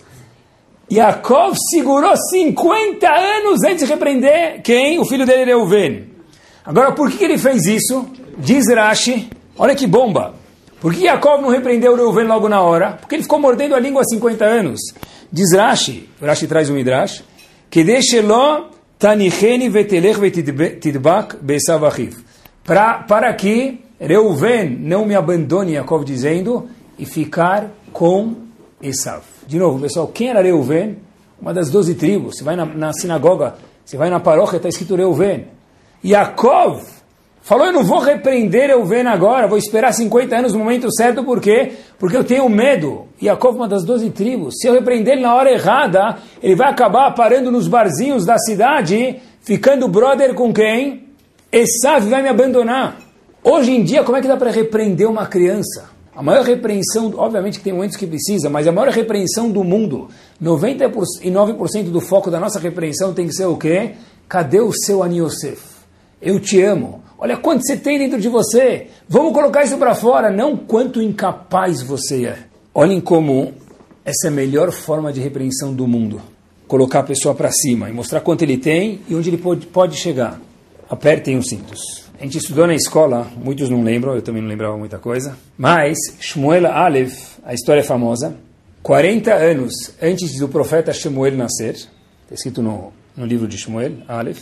Yaakov segurou cinquenta anos antes de repreender quem? O filho dele, Reuven. Agora, por que ele fez isso? Diz Rashi, olha que bomba. Por que Yaakov não repreendeu Reuven logo na hora? Porque ele ficou mordendo a língua há cinquenta anos. Diz Rashi, Rashi traz o Midrash, que deixeló tanicheni vetelech vetidbak be'esav achiv. Para que Reuven não me abandone, Yaakov dizendo, e ficar com Esav. De novo, pessoal, quem era Reuven? Uma das doze tribos. Você vai na, na sinagoga, você vai na paróquia, está escrito Reuven. Yaakov falou, eu não vou repreender Reuven agora, vou esperar cinquenta anos no momento certo, por quê? Porque eu tenho medo. Yaakov, uma das doze tribos, se eu repreender ele na hora errada, ele vai acabar parando nos barzinhos da cidade, ficando brother com quem? Esav vai me abandonar. Hoje em dia, como é que dá para repreender uma criança? A maior repreensão, obviamente que tem momentos que precisa, mas a maior repreensão do mundo, noventa e nove por cento do foco da nossa repreensão tem que ser o quê? Cadê o seu Ani Yosef? Eu te amo. Olha quanto você tem dentro de você. Vamos colocar isso para fora, não quanto incapaz você é. Olhem como essa é a melhor forma de repreensão do mundo. Colocar a pessoa para cima e mostrar quanto ele tem e onde ele pode, pode chegar. Apertem os cintos. A gente estudou na escola, muitos não lembram, eu também não lembrava muita coisa, mas Shmuel Aleph, a história é famosa, quarenta anos antes do profeta Shmuel nascer, está escrito no, no livro de Shmuel Aleph,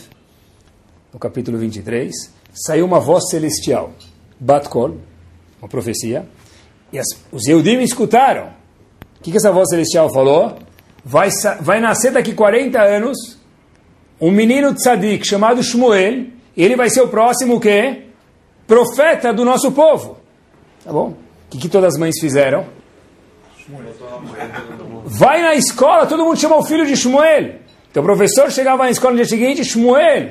no capítulo vinte e três, saiu uma voz celestial, Bat Kol, uma profecia, e as, os Yehudim escutaram. O que, que essa voz celestial falou? Vai, vai nascer daqui quarenta anos um menino tzadik chamado Shmuel, e ele vai ser o próximo o quê? Profeta do nosso povo. Tá bom? O que, que todas as mães fizeram? Vai na escola, todo mundo chama o filho de Shmuel. Então o professor chegava na escola no dia seguinte, Shmuel,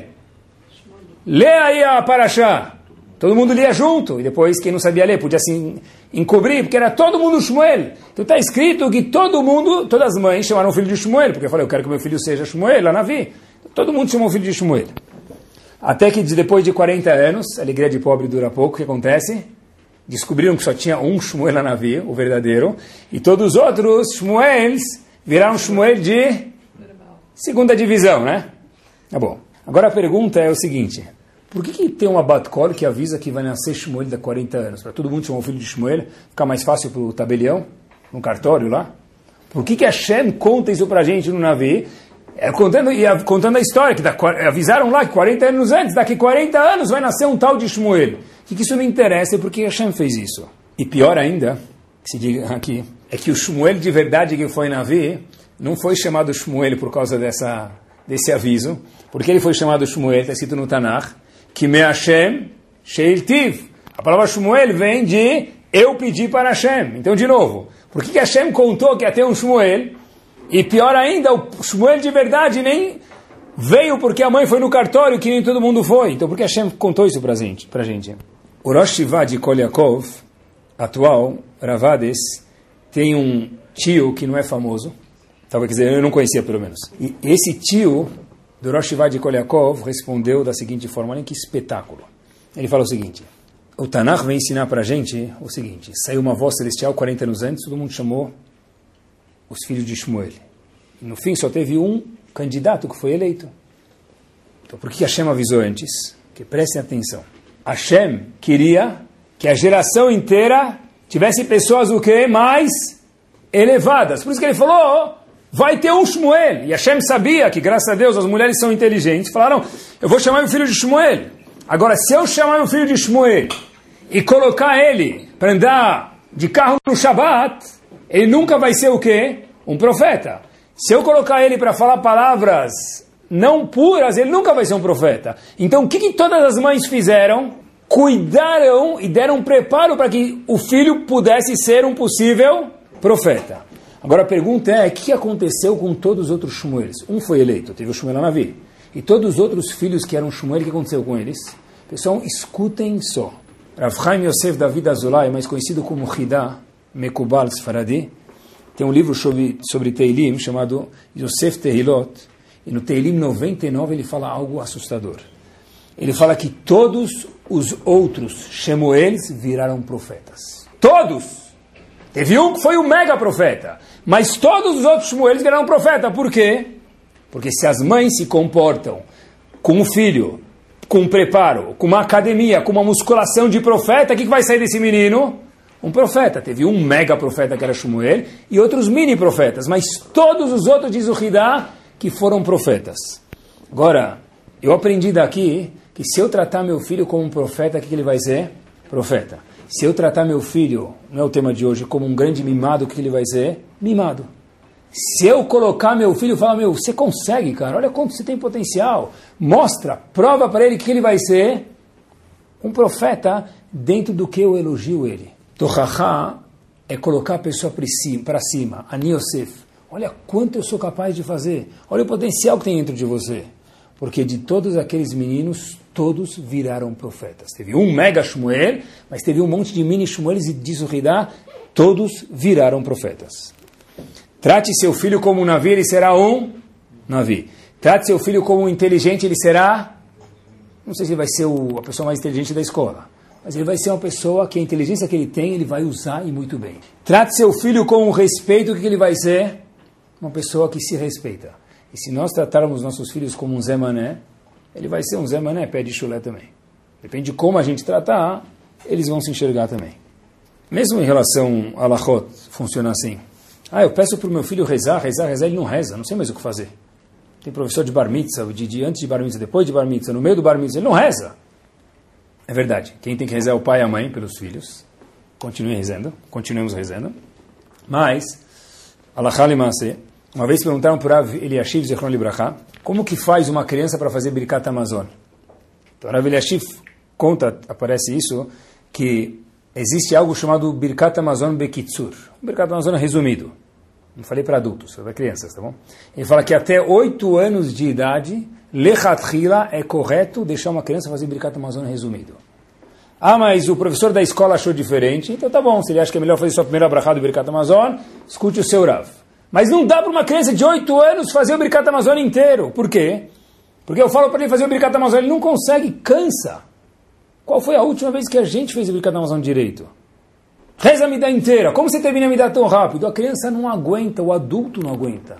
lê aí a Parashá. Todo mundo lia junto. E depois, quem não sabia ler, podia se encobrir, porque era todo mundo Shmuel. Então está escrito que todo mundo, todas as mães chamaram o filho de Shmuel, porque eu falei, eu quero que meu filho seja Shmuel, lá na Vi. Todo mundo chamou o filho de Shmuel. Até que depois de quarenta anos, a alegria de pobre dura pouco, o que acontece? Descobriram que só tinha um Shmuel lá na Via, o verdadeiro, e todos os outros Shmuels viraram Shmuel de segunda divisão, né? Tá bom. Agora a pergunta é o seguinte, por que, que tem uma Bat Kol que avisa que vai nascer Shmuel daqui a quarenta anos? Para todo mundo chamar o filho de Shmuel, ficar mais fácil para o tabelião, no cartório lá? Por que que Hashem conta isso para a gente no Navi? É, contando, e a, contando a história, que da, avisaram lá que quarenta anos antes, daqui quarenta anos vai nascer um tal de Shmuel. Que, que isso não interessa, é porque Hashem fez isso. E pior ainda, que se diga aqui, é que o Shmuel de verdade que foi na Navi, não foi chamado Shmuel por causa dessa, desse aviso, porque ele foi chamado Shmuel, está escrito no Tanakh, que me Hashem sheiltiv. A palavra Shmuel vem de eu pedi para Hashem. Então, de novo, por que, que Hashem contou que ia ter um Shmuel? E pior ainda, o Shmuel de verdade nem veio porque a mãe foi no cartório, que nem todo mundo foi. Então por que Hashem contou isso para gente, a gente? O Rosh Yeshiva de Kol Yaakov, atual, Ravades, tem um tio que não é famoso. Talvez dizer, eu não conhecia pelo menos. E esse tio do Rosh Yeshiva de Kol Yaakov respondeu da seguinte forma, olha que espetáculo. Ele fala o seguinte, o Tanakh vem ensinar para a gente o seguinte, saiu uma voz celestial quarenta anos antes, todo mundo chamou os filhos de Shmuel. E no fim só teve um candidato que foi eleito. Então por que Hashem avisou antes? Que prestem atenção. Hashem queria que a geração inteira tivesse pessoas o quê? Mais elevadas. Por isso que ele falou, vai ter um Shmuel. E Hashem sabia que, graças a Deus, as mulheres são inteligentes. Falaram, eu vou chamar meu filho de Shmuel. Agora, se eu chamar meu filho de Shmuel e colocar ele para andar de carro no Shabbat, ele nunca vai ser o quê? Um profeta. Se eu colocar ele para falar palavras não puras, ele nunca vai ser um profeta. Então, o que, que todas as mães fizeram? Cuidaram e deram preparo para que o filho pudesse ser um possível profeta. Agora a pergunta é, o que aconteceu com todos os outros Shmuels? Um foi eleito, teve o Shmuel Anavi. E todos os outros filhos que eram Shmuel, o que aconteceu com eles? Pessoal, escutem só. Rav Chaim Yosef David Azulay, mais conhecido como Hida Mekubal Sfaradi, tem um livro sobre, sobre Teilim chamado Yosef Tehilot. E no Teilim noventa e nove ele fala algo assustador. Ele fala que todos os outros Shemuels viraram profetas. Todos! Teve um que foi um mega profeta. Mas todos os outros Shemuels viraram profeta. Por quê? Porque se as mães se comportam com um filho, com um preparo, com uma academia, com uma musculação de profeta, o que vai sair desse menino? Um profeta. Teve um mega profeta que era Shemuel e outros mini profetas. Mas todos os outros, diz o Hidá, que foram profetas. Agora, eu aprendi daqui que se eu tratar meu filho como um profeta, o que ele vai ser? Profeta. Se eu tratar meu filho, não é o tema de hoje, como um grande mimado, o que ele vai ser? Mimado. Se eu colocar meu filho e falar, meu, você consegue, cara, olha quanto você tem potencial, mostra, prova para ele que ele vai ser um profeta dentro do que eu elogio ele. Tochachá é colocar a pessoa para cima, Ani Yosef. Olha quanto eu sou capaz de fazer, olha o potencial que tem dentro de você. Porque de todos aqueles meninos, todos viraram profetas. Teve um mega Shmuel, mas teve um monte de mini Shmuelis e diz o Hidá, todos viraram profetas. Trate seu filho como um Navi, ele será um Navi. Trate seu filho como um inteligente, ele será... Não sei se ele vai ser o, a pessoa mais inteligente da escola, mas ele vai ser uma pessoa que a inteligência que ele tem, ele vai usar e muito bem. Trate seu filho com um respeito, o que ele vai ser? Uma pessoa que se respeita. E se nós tratarmos nossos filhos como um Zé Mané, ele vai ser um Zé Mané, pé de chulé também. Depende de como a gente tratar, eles vão se enxergar também. Mesmo em relação a Lachot, funciona assim. Ah, eu peço para o meu filho rezar, rezar, rezar, ele não reza, não sei mais o que fazer. Tem professor de Bar Mitzvah, de, de antes de Bar Mitzvah, depois de Bar Mitzvah, no meio do Bar Mitzvah, ele não reza. É verdade, quem tem que rezar é o pai e a mãe pelos filhos. Continuem rezando, continuemos rezando. Mas, Alachá Lemase, uma vez perguntaram para Rav Eliashiv Zechron Libraha, como que faz uma criança para fazer Birkat Hamazon? Então, Rav Eliashiv conta, aparece isso, que existe algo chamado Birkat Hamazon Bekitsur. Birkat Hamazon é resumido. Não falei para adultos, para crianças, tá bom? Ele fala que até oito anos de idade, Lechatchila, é correto deixar uma criança fazer Birkat Hamazon resumido. Ah, mas o professor da escola achou diferente, então tá bom, se ele acha que é melhor fazer sua primeira brachá do Birkat Hamazon, escute o seu Rav. Mas não dá para uma criança de oito anos fazer o Birkat Hamazon inteiro. Por quê? Porque eu falo para ele fazer o Birkat Hamazon, ele não consegue, cansa. Qual foi a última vez que a gente fez o Birkat Hamazon direito? Reza a Midá inteira. Como você termina a Midá tão rápido? A criança não aguenta, o adulto não aguenta.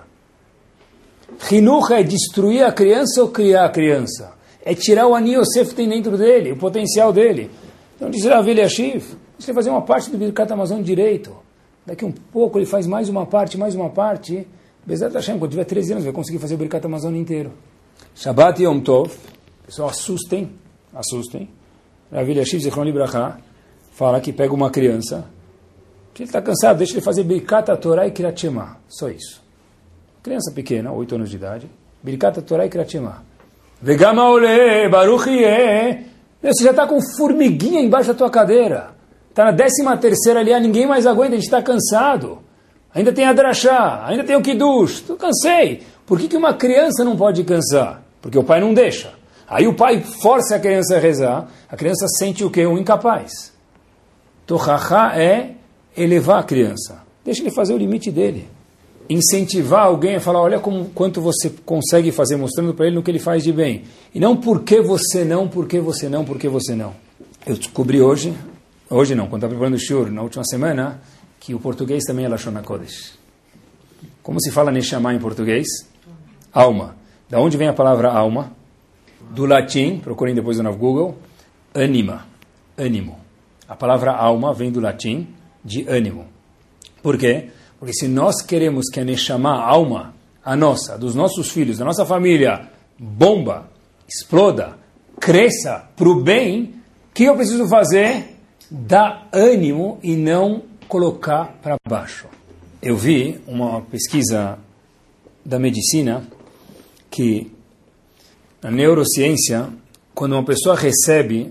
Hinuch é destruir a criança ou criar a criança? É tirar o Ani Yosef que tem dentro dele, o potencial dele. Então diz Rav Eliashiv, você vai fazer uma parte do Birkat Hamazon direito. Daqui um pouco ele faz mais uma parte, mais uma parte. Bezat Hashem, quando tiver treze anos, vai conseguir fazer o Birkat Hamazon inteiro. Shabbat e Yom Tov. Pessoal, assustem, assustem. Rav Eliashiv Zechron Libraha fala que pega uma criança, que ele está cansado, deixa ele fazer Birkat Torah e Kriyat Shema. Só isso. Criança pequena, oito anos de idade. Birkat Torah e Kriyat Shema. Vegama ole, Baruch Yeh. Você já está com formiguinha embaixo da tua cadeira. Está na décima terceira ali, ninguém mais aguenta, a gente está cansado. Ainda tem a drachá, ainda tem o kiddush. Estou cansei. Por que, que uma criança não pode cansar? Porque o pai não deixa. Aí o pai força a criança a rezar, a criança sente o quê? Um incapaz. Tochachá é elevar a criança. Deixa ele fazer o limite dele. Incentivar alguém a falar, olha como, quanto você consegue fazer, mostrando para ele no que ele faz de bem. E não por que você não, por que você não, por que você não. Eu descobri hoje... Hoje não, quando estava preparando o shiur, na última semana, que o português também é Lashon HaKodesh. Como se fala Neshama em português? Alma. Da onde vem a palavra alma? Do latim, procurem depois no Google, anima, ânimo. A palavra alma vem do latim de ânimo. Por quê? Porque se nós queremos que a Neshama, a alma, a nossa, dos nossos filhos, da nossa família, bomba, exploda, cresça para o bem, o que eu preciso fazer? Dar ânimo e não colocar para baixo. Eu vi uma pesquisa da medicina que na neurociência, quando uma pessoa recebe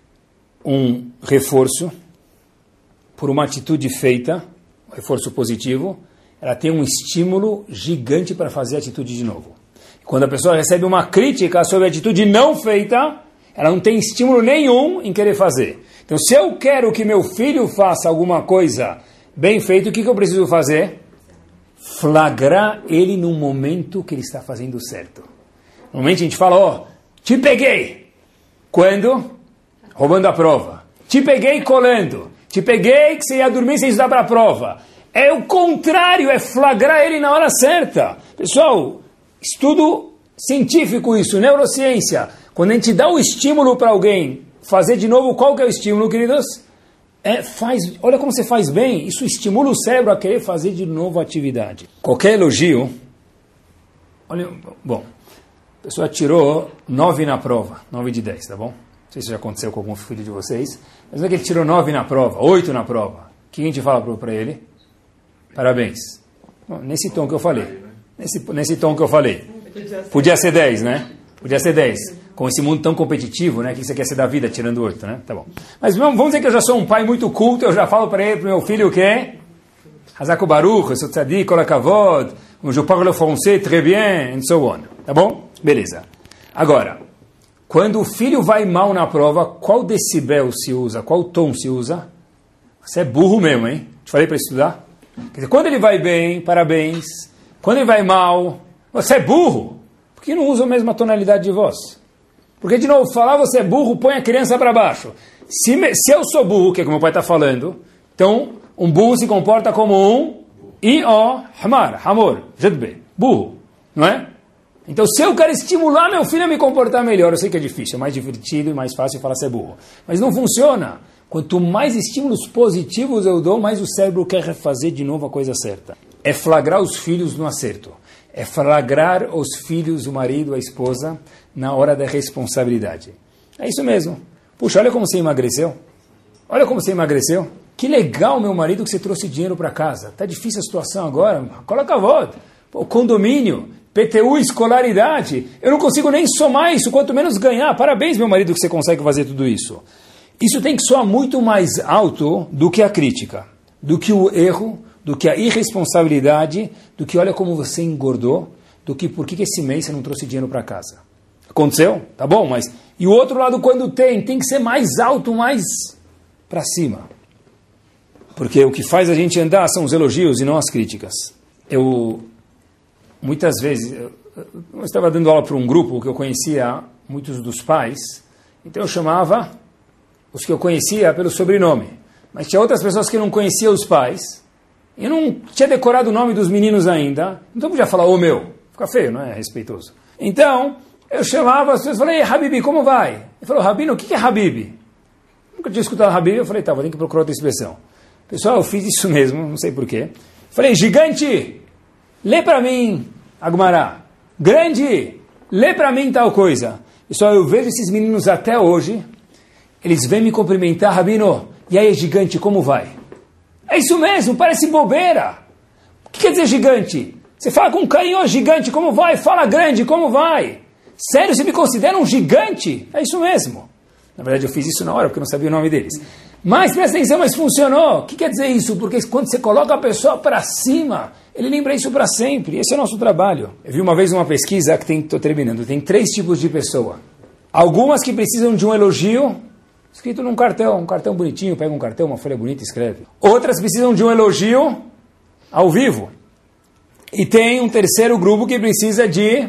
um reforço por uma atitude feita, um reforço positivo, ela tem um estímulo gigante para fazer a atitude de novo. Quando a pessoa recebe uma crítica sobre a atitude não feita, ela não tem estímulo nenhum em querer fazer. Então, se eu quero que meu filho faça alguma coisa bem feita, o que, que eu preciso fazer? Flagrar ele no momento que ele está fazendo certo. Normalmente a gente fala, ó, oh, te peguei. Quando? Roubando a prova. Te peguei colando. Te peguei que você ia dormir sem estudar para a prova. É o contrário, é flagrar ele na hora certa. Pessoal, estudo científico isso, neurociência. Quando a gente dá o estímulo para alguém fazer de novo, qual que é o estímulo, queridos? É, faz, olha como você faz bem, isso estimula o cérebro a querer fazer de novo a atividade. Qualquer elogio, olha, bom, a pessoa tirou nove na prova, nove de dez, tá bom? Não sei se já aconteceu com algum filho de vocês, mas não é que ele tirou nove na prova, oito na prova. O que a gente fala para ele? Parabéns. Bom, nesse tom que eu falei, nesse, nesse tom que eu falei. Podia ser dez, né? Podia ser dez. Com esse mundo tão competitivo, né? O que você quer ser da vida, tirando oito, né? Tá bom. Mas vamos, vamos dizer que eu já sou um pai muito culto, eu já falo para ele, para o meu filho, o quê? Hazako Baruch, eu sou tzadik, kol hakavod, je parle français très bien, and so on. Tá bom? Beleza. Agora, quando o filho vai mal na prova, qual decibel se usa? Qual tom se usa? Você é burro mesmo, hein? Te falei para estudar? Quer dizer, quando ele vai bem, parabéns. Quando ele vai mal, você é burro. Por que não usa a mesma tonalidade de voz? Porque, de novo, falar você é burro, põe a criança para baixo. Se, me, se eu sou burro, que é como o meu pai está falando, então um burro se comporta como um I-O, Hamar, Hamor, Jedbe, burro, não é? Então, se eu quero estimular meu filho a me comportar melhor, eu sei que é difícil, é mais divertido e mais fácil falar ser burro. Mas não funciona. Quanto mais estímulos positivos eu dou, mais o cérebro quer fazer de novo a coisa certa. É flagrar os filhos no acerto. É flagrar os filhos, o marido, a esposa, na hora da responsabilidade. É isso mesmo. Puxa, olha como você emagreceu. Olha como você emagreceu. Que legal, meu marido, que você trouxe dinheiro para casa. Está difícil a situação agora. Coloca a volta. Pô, condomínio, P T U, escolaridade. Eu não consigo nem somar isso, quanto menos ganhar. Parabéns, meu marido, que você consegue fazer tudo isso. Isso tem que soar muito mais alto do que a crítica, do que o erro, do que a irresponsabilidade, do que olha como você engordou, do que por que esse mês você não trouxe dinheiro para casa. Aconteceu? Tá bom, mas... E o outro lado, quando tem, tem que ser mais alto, mais para cima. Porque o que faz a gente andar são os elogios e não as críticas. Eu, muitas vezes, eu, eu estava dando aula para um grupo que eu conhecia muitos dos pais, então eu chamava os que eu conhecia pelo sobrenome. Mas tinha outras pessoas que não conheciam os pais. Eu não tinha decorado o nome dos meninos ainda. Então eu podia falar, ô meu. Fica feio, não é respeitoso. Então, eu chamava as pessoas e falei, Habibi, como vai? Ele falou, Rabino, o que é Habibi? Nunca tinha escutado Habibi. Eu falei, tá, vou ter que procurar outra expressão. Pessoal, eu fiz isso mesmo, não sei porquê. Falei, gigante, lê para mim, Agmará. Grande, lê para mim tal coisa. Pessoal, eu vejo esses meninos até hoje, eles vêm me cumprimentar, Rabino, e aí, gigante, como vai? É isso mesmo, parece bobeira. O que quer dizer gigante? Você fala com carinho, oh, gigante, como vai? Fala grande, como vai? Sério, você me considera um gigante? É isso mesmo. Na verdade, eu fiz isso na hora, porque eu não sabia o nome deles. Mas, presta atenção, mas funcionou. O que quer dizer isso? Porque quando você coloca a pessoa para cima, ele lembra isso para sempre. Esse é o nosso trabalho. Eu vi uma vez uma pesquisa que tem, estou terminando, tem três tipos de pessoa. Algumas que precisam de um elogio, escrito num cartão, um cartão bonitinho, pega um cartão, uma folha bonita e escreve. Outras precisam de um elogio ao vivo. E tem um terceiro grupo que precisa de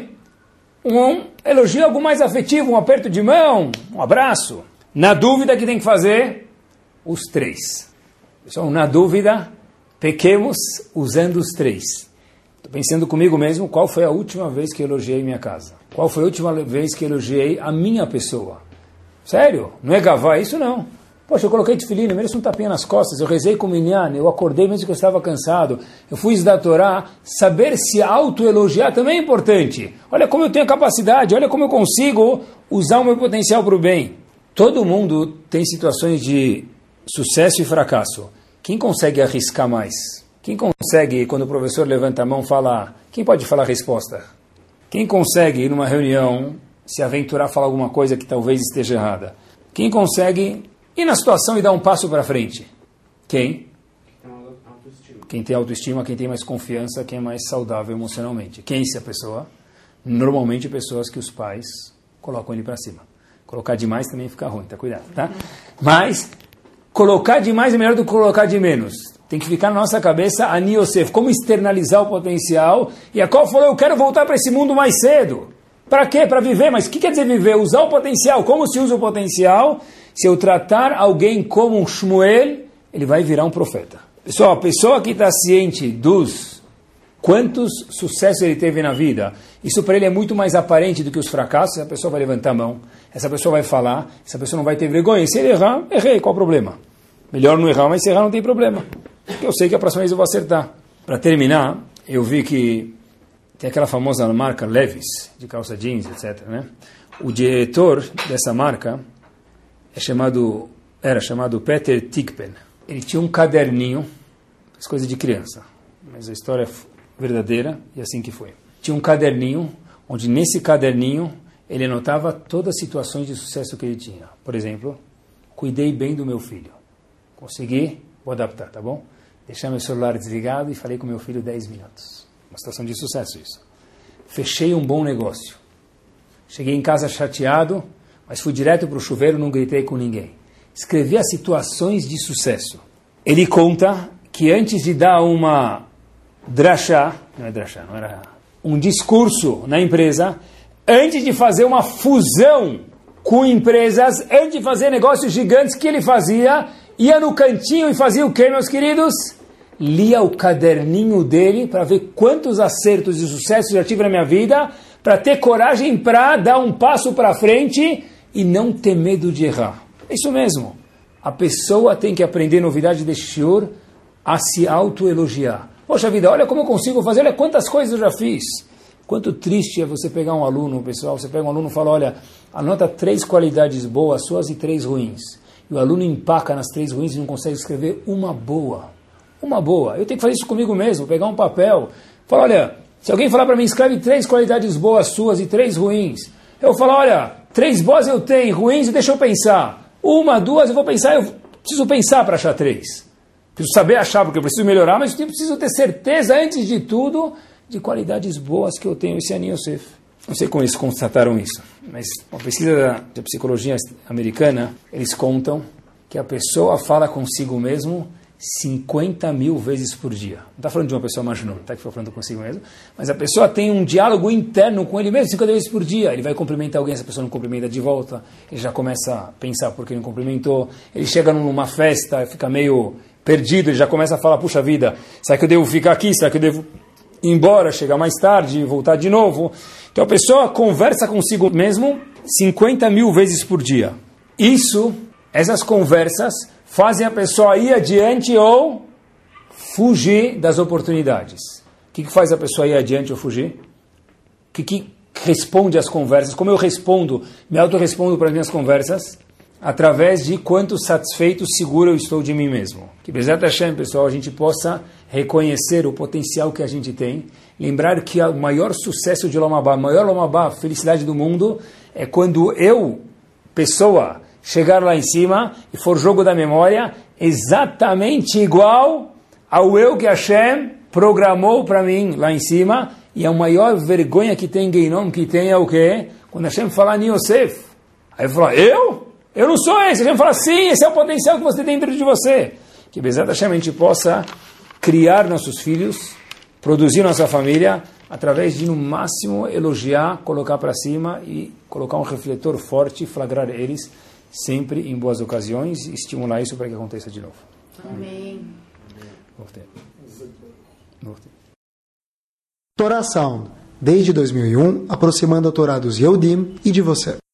um elogio, algo mais afetivo, um aperto de mão, um abraço. Na dúvida, o que tem que fazer? Os três. Pessoal, na dúvida, pequemos usando os três. Estou pensando comigo mesmo, qual foi a última vez que elogiei minha casa? Qual foi a última vez que elogiei a minha pessoa? Sério? Não é gavá isso não. Poxa, eu coloquei tefilim, eu mereço um tapinha nas costas, eu rezei com o minyan, eu acordei mesmo que eu estava cansado, eu fui estudar a Torá. Saber se autoelogiar também é importante. Olha como eu tenho a capacidade, olha como eu consigo usar o meu potencial para o bem. Todo mundo tem situações de sucesso e fracasso. Quem consegue arriscar mais? Quem consegue, quando o professor levanta a mão, falar? Quem pode falar a resposta? Quem consegue ir numa reunião, se aventurar a falar alguma coisa que talvez esteja errada? Quem consegue ir na situação e dar um passo para frente? Quem? Quem tem autoestima, quem tem mais confiança, quem é mais saudável emocionalmente. Quem é essa pessoa? Normalmente pessoas que os pais colocam ele para cima. Colocar demais também fica ruim, tá? Cuidado, tá? Mas colocar demais é melhor do que colocar de menos. Tem que ficar na nossa cabeça a Ani Yosef, como externalizar o potencial. E a qual falou, eu quero voltar para esse mundo mais cedo. Para quê? Para viver. Mas o que quer dizer viver? Usar o potencial. Como se usa o potencial? Se eu tratar alguém como um Shmuel, ele vai virar um profeta. Pessoal, a pessoa que está ciente dos quantos sucessos ele teve na vida, isso para ele é muito mais aparente do que os fracassos. Essa pessoa vai levantar a mão, essa pessoa vai falar, essa pessoa não vai ter vergonha. E se ele errar, errei, qual o problema? Melhor não errar, mas se errar não tem problema. Porque eu sei que a próxima vez eu vou acertar. Para terminar, eu vi que tem aquela famosa marca Levi's, de calça jeans, etcétera, né? O diretor dessa marca é chamado, era chamado Peter Thigpen. Ele tinha um caderninho, as coisas de criança, mas a história é verdadeira e assim que foi. Tinha um caderninho, onde nesse caderninho ele anotava todas as situações de sucesso que ele tinha. Por exemplo, cuidei bem do meu filho. Consegui, vou adaptar, tá bom? Deixei meu celular desligado e falei com meu filho dez minutos. Uma situação de sucesso isso. Fechei um bom negócio. Cheguei em casa chateado, mas fui direto para o chuveiro, não gritei com ninguém. Escrevi as situações de sucesso. Ele conta que antes de dar uma drachá, não é drachá, não era um discurso na empresa, antes de fazer uma fusão com empresas, antes de fazer negócios gigantes, que ele fazia, ia no cantinho e fazia o quê, meus queridos? Lia o caderninho dele para ver quantos acertos e sucessos já tive na minha vida, para ter coragem para dar um passo para frente e não ter medo de errar. É isso mesmo. A pessoa tem que aprender, novidade deste shiur, a se autoelogiar. Poxa vida, olha como eu consigo fazer, olha quantas coisas eu já fiz. Quanto triste é você pegar um aluno, pessoal, você pega um aluno e fala, olha, anota três qualidades boas suas e três ruins. E o aluno empaca nas três ruins e não consegue escrever uma boa. Uma boa. Eu tenho que fazer isso comigo mesmo, pegar um papel. Falar, olha, se alguém falar para mim, escreve três qualidades boas suas e três ruins. Eu vou falar, olha, três boas eu tenho, ruins, deixa eu pensar. Uma, duas, eu vou pensar, eu preciso pensar para achar três. Preciso saber achar, porque eu preciso melhorar, mas eu preciso ter certeza, antes de tudo, de qualidades boas que eu tenho. Esse é Ani Yosef. Não sei como eles constataram isso, mas uma pesquisa da, da psicologia americana, eles contam que a pessoa fala consigo mesmo cinquenta mil vezes por dia. Não está falando de uma pessoa majnun, está falando consigo mesmo, mas a pessoa tem um diálogo interno com ele mesmo cinquenta vezes por dia. Ele vai cumprimentar alguém, essa pessoa não cumprimenta de volta, ele já começa a pensar por que não cumprimentou, ele chega numa festa, fica meio perdido, ele já começa a falar, puxa vida, será que eu devo ficar aqui, será que eu devo ir embora, chegar mais tarde e voltar de novo? Então a pessoa conversa consigo mesmo cinquenta mil vezes por dia. Isso, essas conversas, fazem a pessoa ir adiante ou fugir das oportunidades. O que, que faz a pessoa ir adiante ou fugir? O que, que responde às conversas? Como eu respondo, me auto-respondo para as minhas conversas? Através de quanto satisfeito, seguro eu estou de mim mesmo. Que, Bezat Hashem, pessoal, a gente possa reconhecer o potencial que a gente tem, lembrar que o maior sucesso de Olam Haba, a maior Olam Haba, felicidade do mundo, é quando eu, pessoa, chegar lá em cima e for jogo da memória exatamente igual ao eu que Hashem programou para mim lá em cima. E a maior vergonha que tem em Geinom, que tem é o quê? Quando Hashem fala Ani Yosef. Aí eu falo, eu? Eu não sou esse. Hashem fala, sim, esse é o potencial que você tem dentro de você. Que Bezat Hashem a gente possa criar nossos filhos, produzir nossa família, através de, no máximo, elogiar, colocar para cima e colocar um refletor forte, flagrar eles, sempre em boas ocasiões, e estimular isso para que aconteça de novo. Amém. Voltei. Voltei. Torá Sound, desde dois mil e um, aproximando a Torá dos Yehudim e de você.